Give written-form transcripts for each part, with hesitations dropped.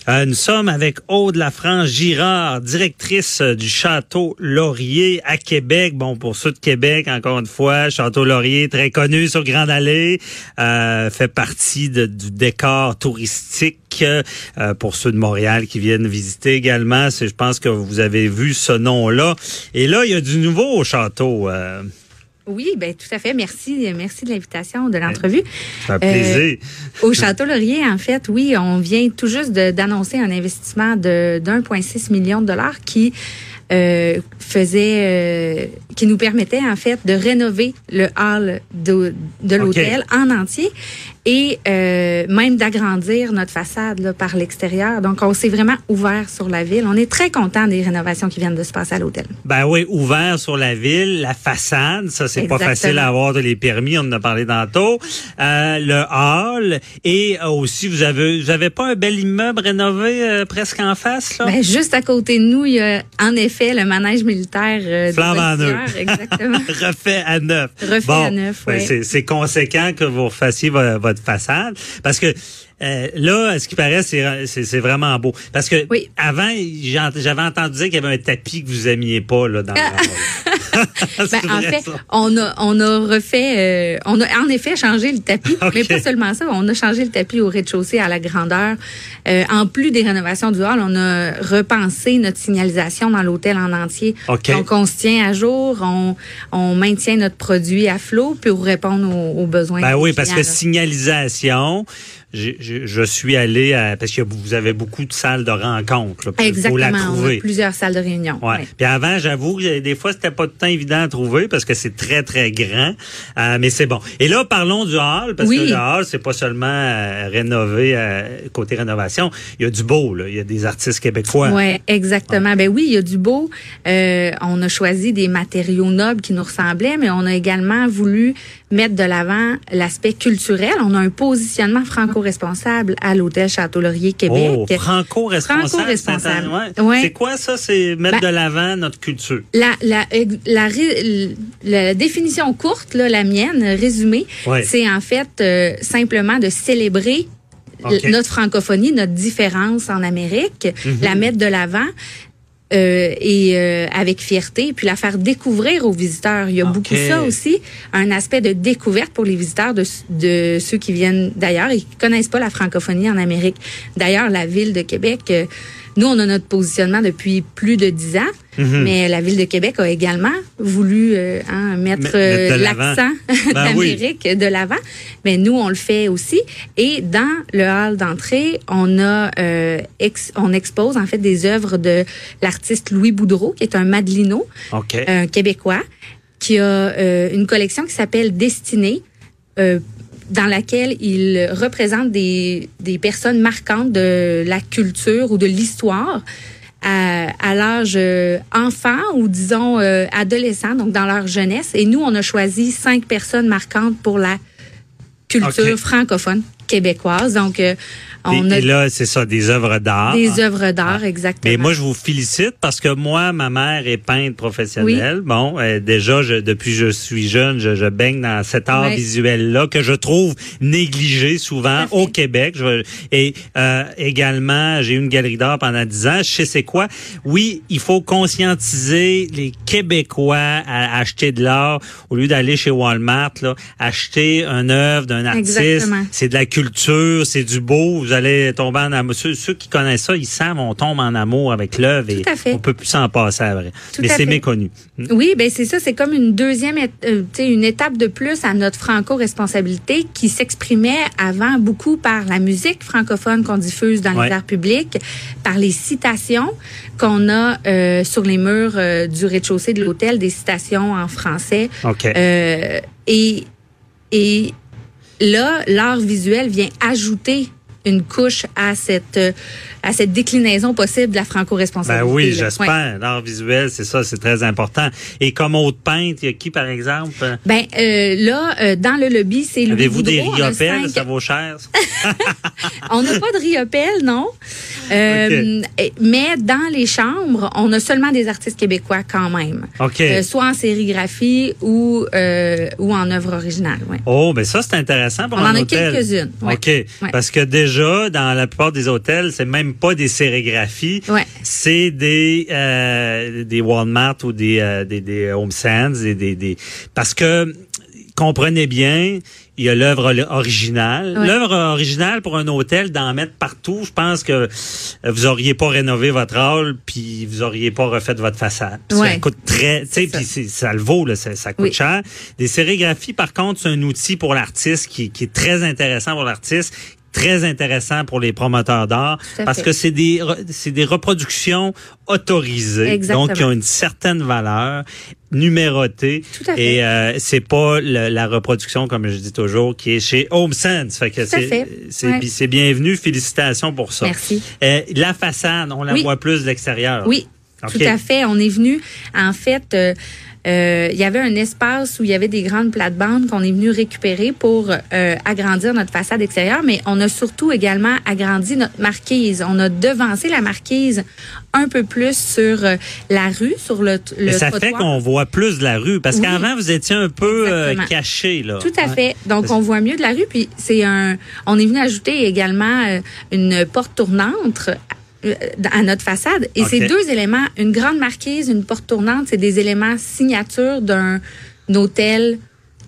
Nous sommes avec Aude Lafrance-Girard, directrice du Château Laurier à Québec. Bon, pour ceux de Québec, encore une fois, Château Laurier, très connu sur Grande Allée, fait partie du décor touristique. Pour ceux de Montréal qui viennent visiter également, je pense que vous avez vu ce nom-là. Et là, il y a du nouveau au château. Oui, ben tout à fait. Merci de l'invitation, de l'entrevue. Ça fait plaisir. Au Château Laurier, en fait, oui, on vient tout juste d'annoncer un investissement de 1,6 million de dollars qui qui nous permettait en fait de rénover le hall de l'hôtel en entier et même d'agrandir notre façade là, par l'extérieur. Donc, on s'est vraiment ouvert sur la ville. On est très content des rénovations qui viennent de se passer à l'hôtel. Ben oui, ouvert sur la ville, la façade, ça c'est pas facile à avoir les permis, on en a parlé tantôt. Le hall et aussi vous avez pas un bel immeuble rénové presque en face là? Ben juste à côté de nous, il y a en effet le manège militaire flambant neuf. Exactement. Refait à neuf. À neuf, oui. C'est conséquent que vous refassiez votre façade parce que là, à ce qui paraît, c'est vraiment beau. Parce que avant, j'avais entendu dire qu'il y avait un tapis que vous aimiez pas là dans le en fait, on a refait, on a en effet changé le tapis, mais pas seulement ça, on a changé le tapis au rez-de-chaussée à la grandeur. En plus des rénovations du hall, on a repensé notre signalisation dans l'hôtel en entier. Donc, on se tient à jour, on maintient notre produit à flot pour répondre aux besoins. Ben oui, parce que signalisation. Je suis allé parce que vous avez beaucoup de salles de rencontres. Exactement. Faut la trouver. On a plusieurs salles de réunion. Ouais. Puis avant, j'avoue que des fois c'était pas tout le temps évident à trouver parce que c'est très très grand. Mais c'est bon. Et là, parlons du hall parce que le hall, c'est pas seulement rénové côté rénovation. Il y a du beau là. Il y a des artistes québécois. Ouais, exactement. Ben oui, il y a du beau. On a choisi des matériaux nobles qui nous ressemblaient, mais on a également voulu mettre de l'avant l'aspect culturel. On a un positionnement franco-responsable à l'hôtel Château Laurier Québec. Oh, franco-responsable. Franco-responsable. Ouais. C'est quoi ça? C'est mettre de l'avant notre culture. La définition courte, là, la mienne, résumée, c'est en fait simplement de célébrer notre francophonie, notre différence en Amérique, la mettre de l'avant. Avec fierté, puis la faire découvrir aux visiteurs. Il y a beaucoup ça aussi, un aspect de découverte pour les visiteurs de ceux qui viennent d'ailleurs et qui connaissent pas la francophonie en Amérique. D'ailleurs, la ville de Québec, nous, on a notre positionnement depuis plus de 10 ans, mais la ville de Québec a également voulu mettre l'accent d'Amérique de l'avant. Mais nous, on le fait aussi. Et dans le hall d'entrée, on expose en fait des œuvres de l'artiste Louis Boudreau, qui est un Madelino, un Québécois, qui a une collection qui s'appelle Destinée, dans laquelle il représente des personnes marquantes de la culture ou de l'histoire à l'âge enfant ou disons adolescent, donc dans leur jeunesse. Et nous, on a choisi 5 personnes marquantes pour la culture francophone québécoise. Donc, et là, c'est ça, des œuvres d'art. Des œuvres d'art, exactement. Mais moi, je vous félicite parce que moi, ma mère est peintre professionnelle. Bon, déjà, depuis que je suis jeune, je baigne dans cet art visuel-là que je trouve négligé souvent au Québec. Et également, j'ai eu une galerie d'art pendant 10 ans. Je sais c'est quoi. Oui, il faut conscientiser les Québécois à acheter de l'art au lieu d'aller chez Walmart, là, acheter une œuvre d'un artiste. Exactement. C'est de la culture, c'est du beau. Vous allez tomber en amour. Ceux qui connaissent ça, ils savent, on tombe en amour avec l'œuvre et on peut plus s'en passer à vrai. Mais c'est méconnu. Oui, ben c'est ça. C'est comme une deuxième, une étape de plus à notre franco-responsabilité qui s'exprimait avant beaucoup par la musique francophone qu'on diffuse dans les arts publics, par les citations qu'on a sur les murs du rez-de-chaussée de l'hôtel, des citations en français. Et là, l'art visuel vient ajouter une couche à cette déclinaison possible de la franco-responsabilité. Ben oui, j'espère. L'art visuel, c'est ça, c'est très important. Et comme autre peintre, il y a qui, par exemple? Ben là, dans le lobby, c'est Louis Boudreau. Avez-vous des riopelles? Ça vaut cher? On n'a pas de riopelle, non. Mais dans les chambres, on a seulement des artistes québécois quand même. Soit en sérigraphie ou en œuvre originale. Ouais. Oh, ben ça, c'est intéressant pour un hôtel. On en a quelques-unes. Ouais. OK. Ouais. Parce que déjà, dans la plupart des hôtels, c'est même pas des sérigraphies. Ouais. C'est des Walmart ou des HomeSense. Parce que, comprenez bien, il y a l'œuvre originale. Ouais. L'œuvre originale pour un hôtel, d'en mettre partout, je pense que vous auriez pas rénové votre hall, puis vous auriez pas refait votre façade. Ouais. Ça coûte très, tu sais, puis ça le vaut, là, ça coûte cher. Des sérigraphies, par contre, c'est un outil pour l'artiste qui est très intéressant pour l'artiste, très intéressant pour les promoteurs d'art, parce que c'est des reproductions autorisées. Exactement. Donc qui ont une certaine valeur, numérotée. Tout à fait. Et c'est pas la reproduction, comme je dis toujours, qui est chez HomeSense. Fait que c'est bienvenu. Félicitations pour ça. Merci. La façade, on la voit plus de l'extérieur. Oui, tout à fait. On est venu, en fait, il y avait un espace où il y avait des grandes plates-bandes qu'on est venu récupérer pour agrandir notre façade extérieure, mais on a surtout également agrandi notre marquise. On a devancé la marquise un peu plus sur la rue, sur le ça trottoir. Fait qu'on voit plus de la rue, parce qu'avant, vous étiez un peu caché, là. Tout à fait. Donc, on voit mieux de la rue, puis on est venu ajouter également une porte tournante à notre façade. Et ces deux éléments, une grande marquise, une porte tournante, c'est des éléments signature d'un hôtel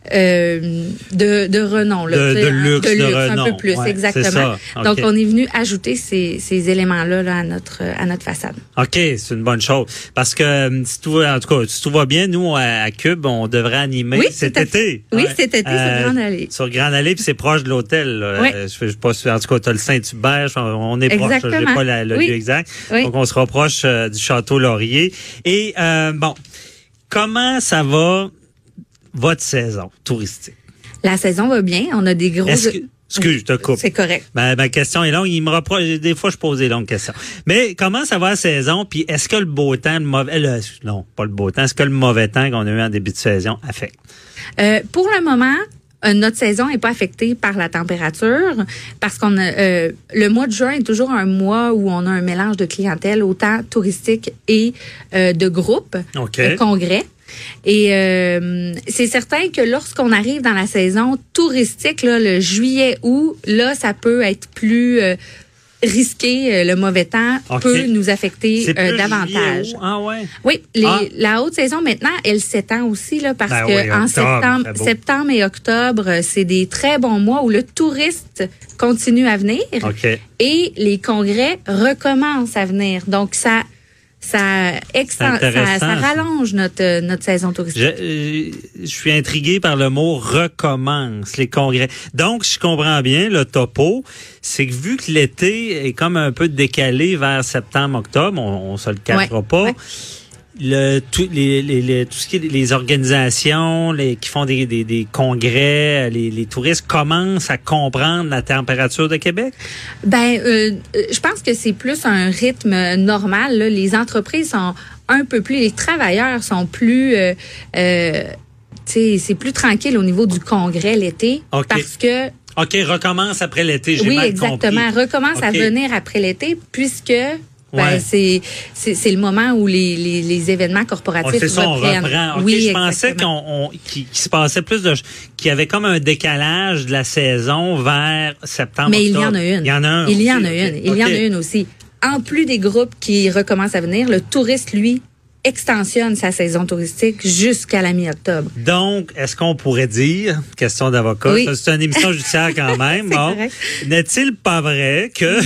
de renom. Là, de luxe, de renom. Un peu plus, exactement. Donc, on est venu ajouter ces éléments-là là, à notre façade. OK, c'est une bonne chose. Parce que, si tout va bien, nous, à Cube, on devrait animer cet été. Oui, cet été, sur Grande Allée. Sur Grande Allée, puis c'est proche de l'hôtel. Oui. Je sais pas si, en tout cas, tu as le Saint-Hubert, on est proche. Je n'ai pas le lieu exact. Oui. Donc, on se rapproche du Château Laurier. Et, comment ça va votre saison touristique? La saison va bien. On a des gros... Excuse, je te coupe. C'est correct. Ma question est longue. Il me reproche. Des fois, je pose des longues questions. Mais comment ça va la saison? Puis est-ce que le beau temps, non, pas le beau temps. Est-ce que le mauvais temps qu'on a eu en début de saison affecte? Pour le moment, notre saison n'est pas affectée par la température parce qu'on a le mois de juin est toujours un mois où on a un mélange de clientèle autant touristique et de groupes, de congrès. Et c'est certain que lorsqu'on arrive dans la saison touristique, là, le juillet-août, là, ça peut être plus risqué. Le mauvais temps peut nous affecter davantage. Ah ouais. Oui, la haute saison maintenant, elle s'étend aussi là parce que en septembre et octobre, c'est des très bons mois où le touriste continue à venir et les congrès recommencent à venir. Donc ça rallonge notre saison touristique. Je suis intrigué par le mot recommence, les congrès. Donc, je comprends bien, le topo, c'est que vu que l'été est comme un peu décalé vers septembre-octobre, on se le cachera pas. Ouais. Tout ce qui est les organisations qui font des congrès, les touristes commencent à comprendre la température de Québec? Je pense que c'est plus un rythme normal. Là. Les entreprises sont un peu plus, les travailleurs sont plus, c'est plus tranquille au niveau du congrès l'été parce que recommence après l'été, j'ai mal compris. Oui, exactement. Recommence à venir après l'été puisque c'est le moment où les événements corporatifs reprennent. Reprend. Je pensais qu'il se passait qu'il y avait comme un décalage de la saison vers septembre. Mais il y en a une. Il y en a une aussi. En plus des groupes qui recommencent à venir, le touriste, lui, extensionne sa saison touristique jusqu'à la mi-octobre. Donc, est-ce qu'on pourrait dire, question d'avocat, c'est une émission judiciaire quand même, n'est-il pas vrai que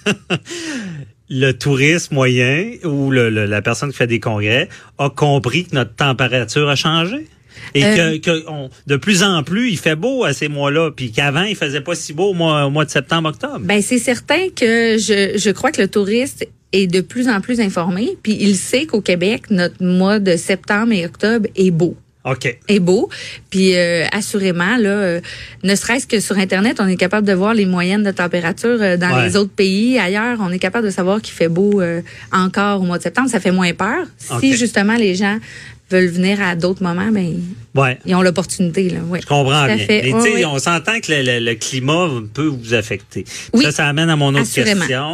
le touriste moyen ou la personne qui fait des congrès a compris que notre température a changé? Et de plus en plus, il fait beau à ces mois-là, puis qu'avant, il faisait pas si beau au mois de septembre-octobre. C'est certain que je crois que le touriste est de plus en plus informé, puis il sait qu'au Québec, notre mois de septembre et octobre est beau. Est beau. Puis assurément, là, ne serait-ce que sur Internet, on est capable de voir les moyennes de température dans les autres pays. Ailleurs, on est capable de savoir qu'il fait beau encore au mois de septembre. Ça fait moins peur. Si justement les gens veulent venir à d'autres moments, ils ont l'opportunité. Là. Je comprends bien. Mais on s'entend que le climat peut vous affecter. Ça amène à mon autre question.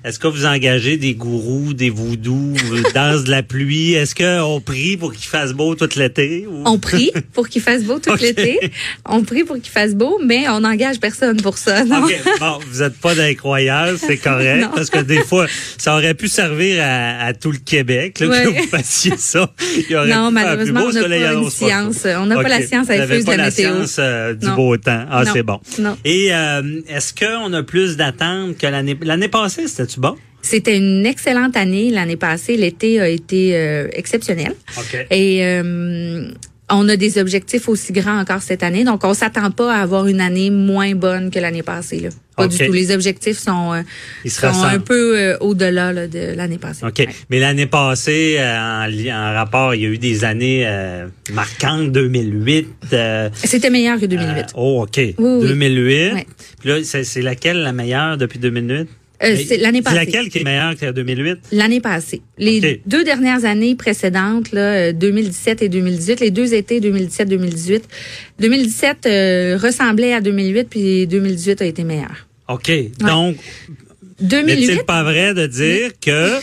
est-ce que vous engagez des gourous, des voodoo, danse de la pluie? Est-ce qu'on prie pour qu'il fasse beau tout l'été? Ou? On prie pour qu'il fasse beau tout l'été. On prie pour qu'il fasse beau, mais on n'engage personne pour ça, non? OK. Bon, vous n'êtes pas d'incroyable, c'est correct, parce que des fois, ça aurait pu servir à tout le Québec, là, que vous fassiez ça. Non, malheureusement, on n'a pas une science. On n'a pas la science infuse de la météo. Science du beau temps. Ah, c'est bon. Non. Et est-ce qu'on a plus d'attentes que l'année passée? C'était-tu bon? C'était une excellente année. L'année passée, l'été a été exceptionnel. Okay. Et on a des objectifs aussi grands encore cette année. Donc, on s'attend pas à avoir une année moins bonne que l'année passée. Là. Pas du tout. Les objectifs sont un peu au-delà là, de l'année passée. OK. Ouais. Mais l'année passée, en rapport, il y a eu des années marquantes, 2008. C'était meilleur que 2008. OK. Oui, 2008. Oui. Puis là, c'est laquelle la meilleure depuis 2008? C'est l'année passée. C'est laquelle qui est meilleure que 2008? L'année passée. Les 2 dernières années précédentes, là, 2017 et 2018, les 2 étés 2017-2018. 2017 ressemblait à 2008, puis 2018 a été meilleur. OK. Donc, 2008, mais c'est pas vrai de dire que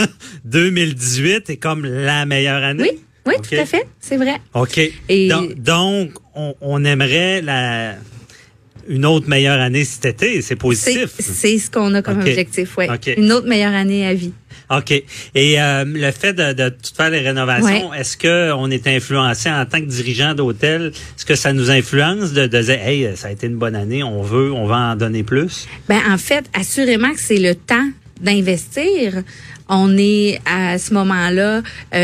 2018 est comme la meilleure année? Oui, tout à fait. C'est vrai. OK. Et donc on aimerait une autre meilleure année cet été, c'est positif. C'est ce qu'on a comme objectif, oui. Okay. Une autre meilleure année à vie. OK. Et le fait de tout faire les rénovations, est-ce que on est influencé en tant que dirigeant d'hôtel? Est-ce que ça nous influence de dire, hey, ça a été une bonne année, on va en donner plus? Ben en fait, assurément que c'est le temps d'investir. On est à ce moment-là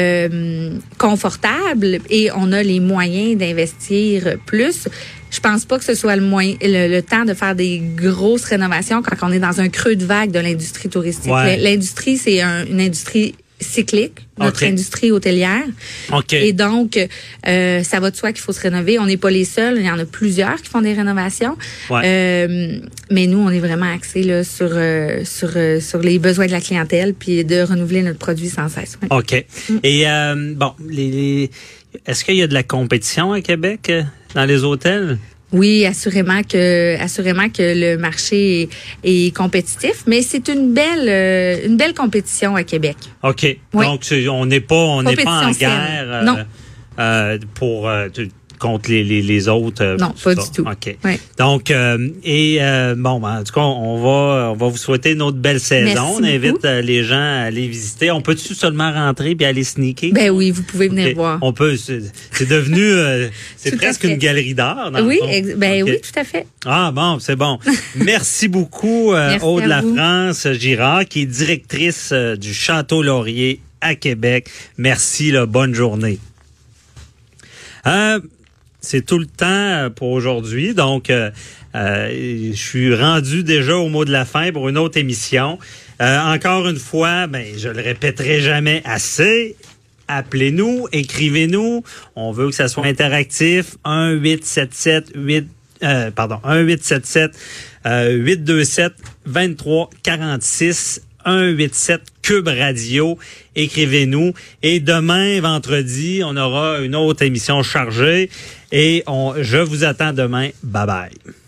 confortable et on a les moyens d'investir plus. Je pense pas que ce soit le temps de faire des grosses rénovations quand on est dans un creux de vague de l'industrie touristique. Ouais. L'industrie, c'est une industrie cyclique, notre industrie hôtelière. OK. Et donc, ça va de soi qu'il faut se rénover. On n'est pas les seuls. Il y en a plusieurs qui font des rénovations. Ouais. Mais nous, on est vraiment axés là, sur les besoins de la clientèle puis de renouveler notre produit sans cesse. Ouais. OK. Et bon, est-ce qu'il y a de la compétition à Québec dans les hôtels? Oui, assurément que le marché est compétitif, mais c'est une belle compétition à Québec. OK. Oui. Donc on n'est pas en guerre contre les autres. Non, pas du tout. OK. Ouais. Donc bon, en tout cas, on va vous souhaiter une autre belle saison. Merci on invite les gens à aller visiter. On peut-tu seulement rentrer puis aller sneaker? Ben oui, vous pouvez venir voir. On peut. C'est devenu c'est presque une galerie d'art. Oui, oui, tout à fait. Ah bon, c'est bon. Merci beaucoup Aude Lafrance Girard, qui est directrice du Château Laurier à Québec. Merci, bonne journée. C'est tout le temps pour aujourd'hui. Donc, je suis rendu déjà au mot de la fin pour une autre émission. Encore une fois, je le répéterai jamais assez. Appelez-nous, écrivez-nous. On veut que ça soit interactif. 1-877-827-2346. 187 Cube Radio. Écrivez-nous. Et demain, vendredi, on aura une autre émission chargée. Et je vous attends demain. Bye bye.